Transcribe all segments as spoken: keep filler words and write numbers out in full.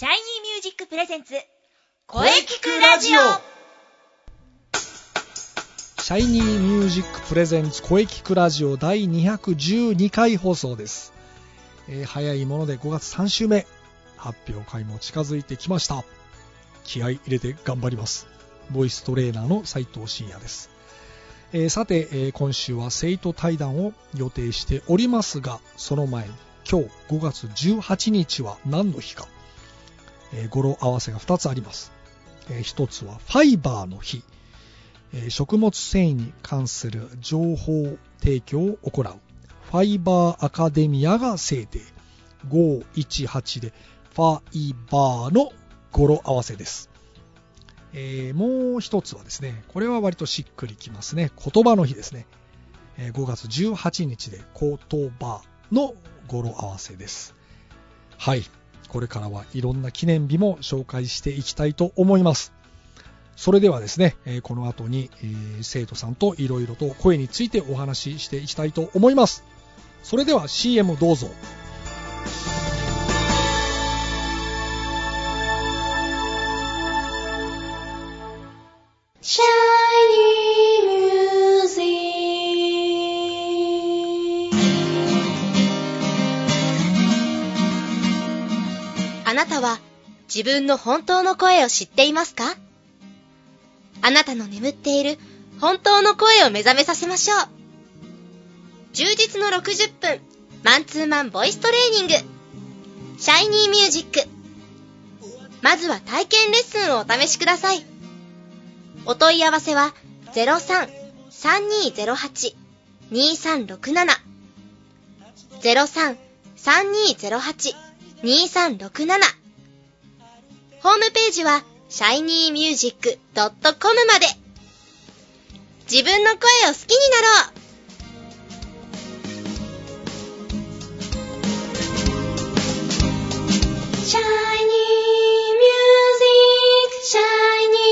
シャイニーミュージックプレゼンツ声聞くラジオ。 シャイニーミュージックプレゼンツ声聞くラジオだいにひゃくじゅうにかい放送です、えー、早いものでごがつさん週目、発表会も近づいてきました。気合い入れて頑張ります。ボイストレーナーの斉藤真也です。えー、さて、えー、今週は生徒対談を予定しておりますが、その前に今日ごがつじゅうはちにちは何の日か、えー、語呂合わせがふたつあります。えー、ひとつはファイバーの日、えー、食物繊維に関する情報提供を行うファイバーアカデミアが制定。ごいちはちでファイバーの語呂合わせです。えー、もう一つはですね、これは割としっくりきますね。言葉の日ですね。えー、ごがつじゅうはちにちで言葉の語呂合わせです。はい、これからはいろんな記念日も紹介していきたいと思います。それではですね、えー、この後に、えー、生徒さんといろいろと声についてお話ししていきたいと思います。それでは シーエム どうぞ。 シャイニーミュージック。あなたは自分の本当の声を知っていますか？あなたの眠っている本当の声を目覚めさせましょう。充実のろくじゅっぷんマンツーマンボイストレーニング、シャイニーミュージック。まずは体験レッスンをお試しください。お問い合わせは ゼロさん さんにーゼロはち にーさんろくなな ゼロさん さんにーゼロはち にーさんろくなな。ホームページは シャイニーミュージックドットコム まで。自分の声を好きになろう。シャイニーミュージック、シャイニ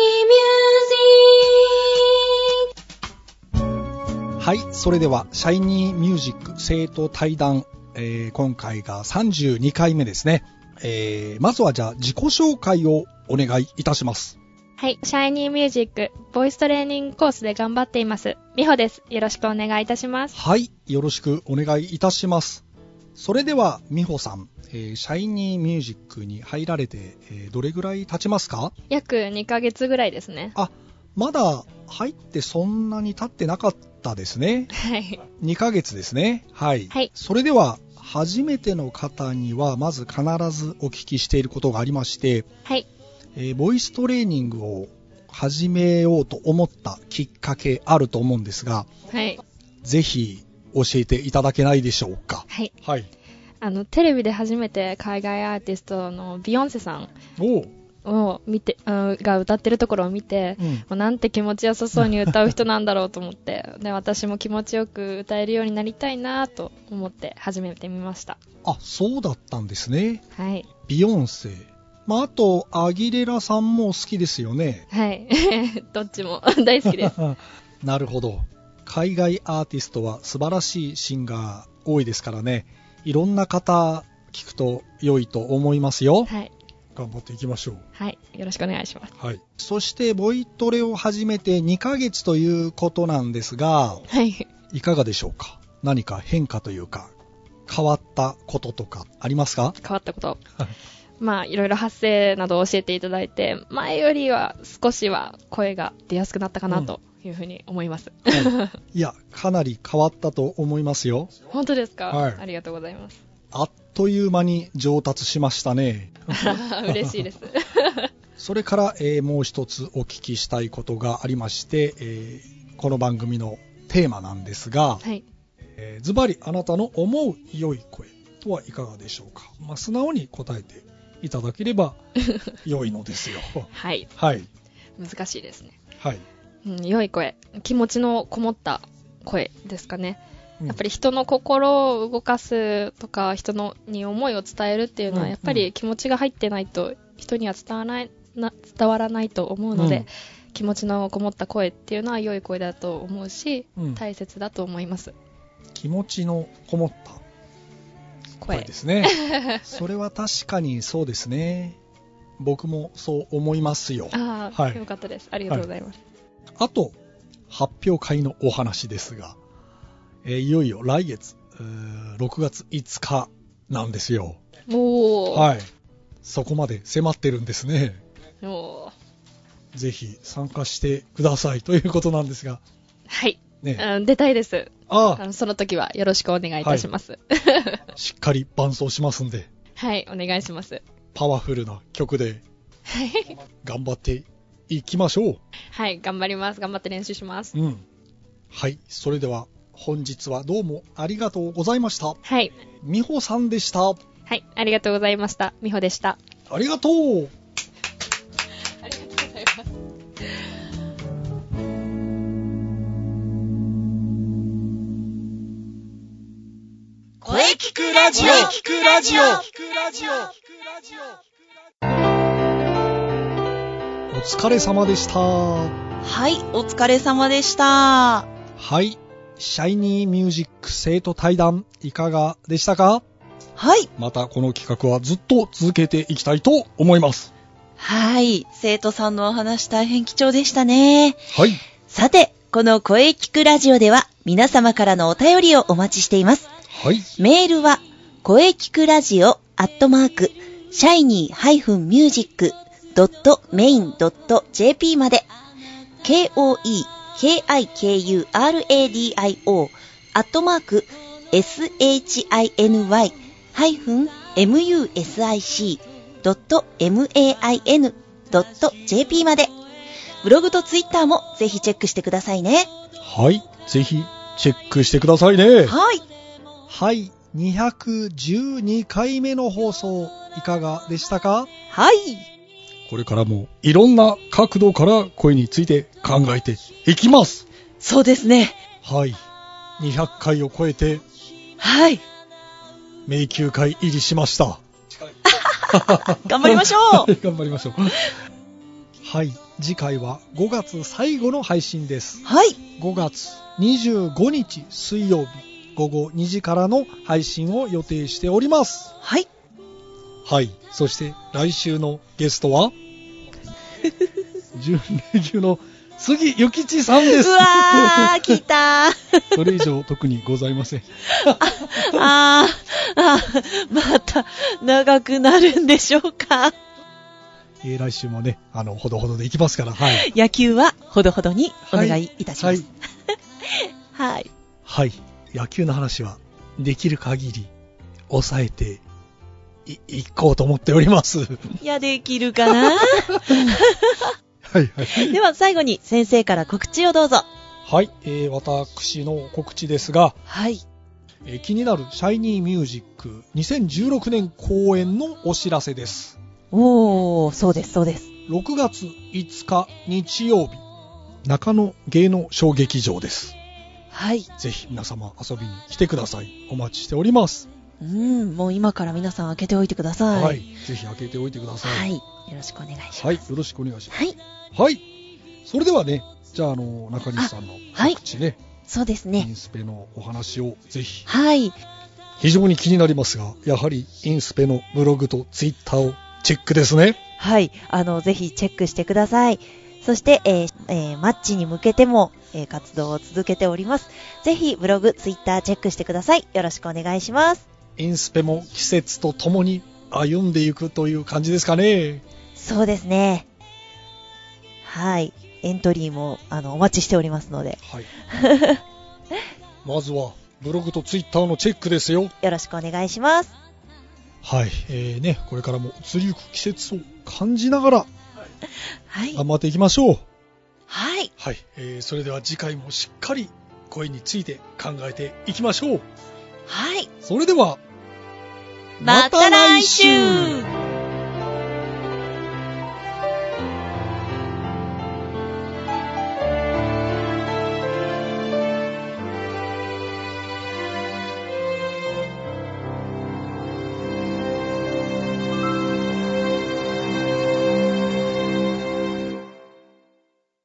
ーミュージック。 はい、それではシャイニーミュージック生徒対談、えー、今回がさんじゅうにかいめですね。えー、まずはじゃあ自己紹介をお願いいたします。 はい、シャイニーミュージックボイストレーニングコースで頑張っています美穂です。よろしくお願いいたします。 はい、よろしくお願いいたします。それでは美穂さん、えー、シャイニーミュージックに入られて、えー、どれぐらい経ちますか？ 約にかげつぐらいですね。 あ、まだ入ってそんなに経ってなかったですね。 はい、 にかげつですね。はい、はい、それでは初めての方にはまず必ずお聞きしていることがありまして、 はい、 えー、ボイストレーニングを始めようと思ったきっかけあると思うんですが、 はい、 ぜひ教えていただけないでしょうか？ はい、 はい、 あのテレビで初めて海外アーティストのビヨンセさんを見て、あが歌ってるところを見て、うん、もうなんて気持ちよさそうに歌う人なんだろうと思ってで私も気持ちよく歌えるようになりたいなと思って始めてみました。 あ、そうだったんですね。 はい、 ビヨンセ、まあ、あとアギレラさんも好きですよね。 はいどっちも大好きですなるほど。海外アーティストは素晴らしいシンガー多いですからね、いろんな方聞くと良いと思いますよ。 はい、 頑張っていきましょう。 はい、よろしくお願いします。 はい、そしてボイトレを始めてにかげつということなんですが、 はい、 いかがでしょうか？何か変化というか変わったこととかありますか？ 変わったことまあいろいろ発声などを教えていただいて前よりは少しは声が出やすくなったかなというふうに思います、 うんはい、いやかなり変わったと思いますよ。 本当ですか？ はい、 ありがとうございます。 あっという間に上達しましたね嬉しいですそれから、えー、もう一つお聞きしたいことがありまして、えー、この番組のテーマなんですが、はい、えー、ズバリあなたの思う良い声とはいかがでしょうか？まあ、素直に答えていただければ良いのですよはい、 はい、 難しいですね。 はい、 うん、良い声、気持ちのこもった声ですかね。やっぱり人の心を動かすとか人のに思いを伝えるっていうのはやっぱり気持ちが入ってないと人には伝わらない、な伝わらないと思うので、うん、気持ちのこもった声っていうのは良い声だと思うし、うん、大切だと思います。 気持ちのこもった声ですね。それは確かにそうですね。僕もそう思いますよ。 ああ、 はい、 よかったです。ありがとうございます。 はい、あと、発表会のお話ですが、えー、いよいよ来月、ろくがついつかなんですよ。 おー。 はい。そこまで迫ってるんですね。 おー。 ぜひ参加してくださいということなんですが。 はい。 ね、 うん、出たいです。 ああのその時はよろしくお願いいたします。 はい、しっかり伴奏しますんで。 はい、お願いします。 パワフルな曲で頑張っていきましょう。 はい、頑張ります。頑張って練習します。 うん。はい、それでは本日はどうもありがとうございました。 はい。 みほさんでした。はい、ありがとうございました。みほでした。 ありがとう。 ありがとうございます。 声聞くラジオ聞くラジオ聞くラジオお疲れ様でした。 はい、お疲れ様でした。 はい、シャイニーミュージック生徒対談いかがでしたか？ はい。 またこの企画はずっと続けていきたいと思います。 はい、生徒さんのお話大変貴重でしたね。 はい。 さて、この声聞くラジオでは皆様からのお便りをお待ちしています。 はい。 メールは声聞くラジオアットマークシャイニーミュージックドットメインドットジェーピー まで ケーオーイーケーアイケーユーアールエーディーアイオー アットマーク エスエイチアイエヌワイ ハイフン エムユーエスアイシー ドットメイン ドット ジェーピー まで。ブログとツイッターもぜひチェックしてくださいね。 はい、ぜひチェックしてくださいね。 はい。 はい、にひゃくじゅうにかいめの放送いかがでしたか？ はい。 これからもいろんな角度から声について考えていきます。 そうですね。 はい、にひゃっかいを超えて、 はい。 迷宮会入りしました。 頑張りましょう。 頑張りましょう。はい、次回はごがつ最後の配信です。 はい。 ごがつにじゅうごにち水曜日ごごにじからの配信を予定しております。 はい。 はい。そして来週のゲストは準レギュの杉ゆきちさんです。 うわー、来たー。 それ以上特にございません。 あーあー、また長くなるんでしょうか。 えー、来週もね、あの、ほどほどでいきますから、はい。 野球はほどほどにお願いいたします。 はい。 はい。 はい。野球の話はできる限り抑えてい、いこうと思っております。 いや、できるかな。 はいはい。 では最後に先生から告知をどうぞ。 はい、えー、私の告知ですが、 はい。 えー、気になるシャイニーミュージックにせんじゅうろくねん公演のお知らせです。 おー、そうですそうです。 ろくがついつか日曜日、中野芸能小劇場です。 はい。 ぜひ皆様遊びに来てください。お待ちしております。 うん、もう今から皆さん開けておいてください。 はい。ぜひ開けておいてください。 はい。よろしくお願いします。 はい。よろしくお願いします。 はい。 はい。それではね、じゃあ、あの、中西さんの告知ね。はい、 そうですね。 インスペのお話をぜひ。 はい。 非常に気になりますが、やはりインスペのブログとツイッターをチェックですね。 はい。あの、ぜひチェックしてください。そして、えーえー、マッチに向けても、えー、活動を続けております。ぜひブログ、ツイッターチェックしてください。よろしくお願いします。 インスペも季節とともに歩んでいくという感じですかね。 そうですね。はい。エントリーもあのお待ちしておりますので。 はい。まずはブログとツイッターのチェックですよ。 よろしくお願いします。 はい。えーね、これからも移りゆく季節を感じながら、はい。頑張っていきましょう。 はい。 はい。えー、それでは次回もしっかり声について考えていきましょう。 はい。 それでは、 また来週。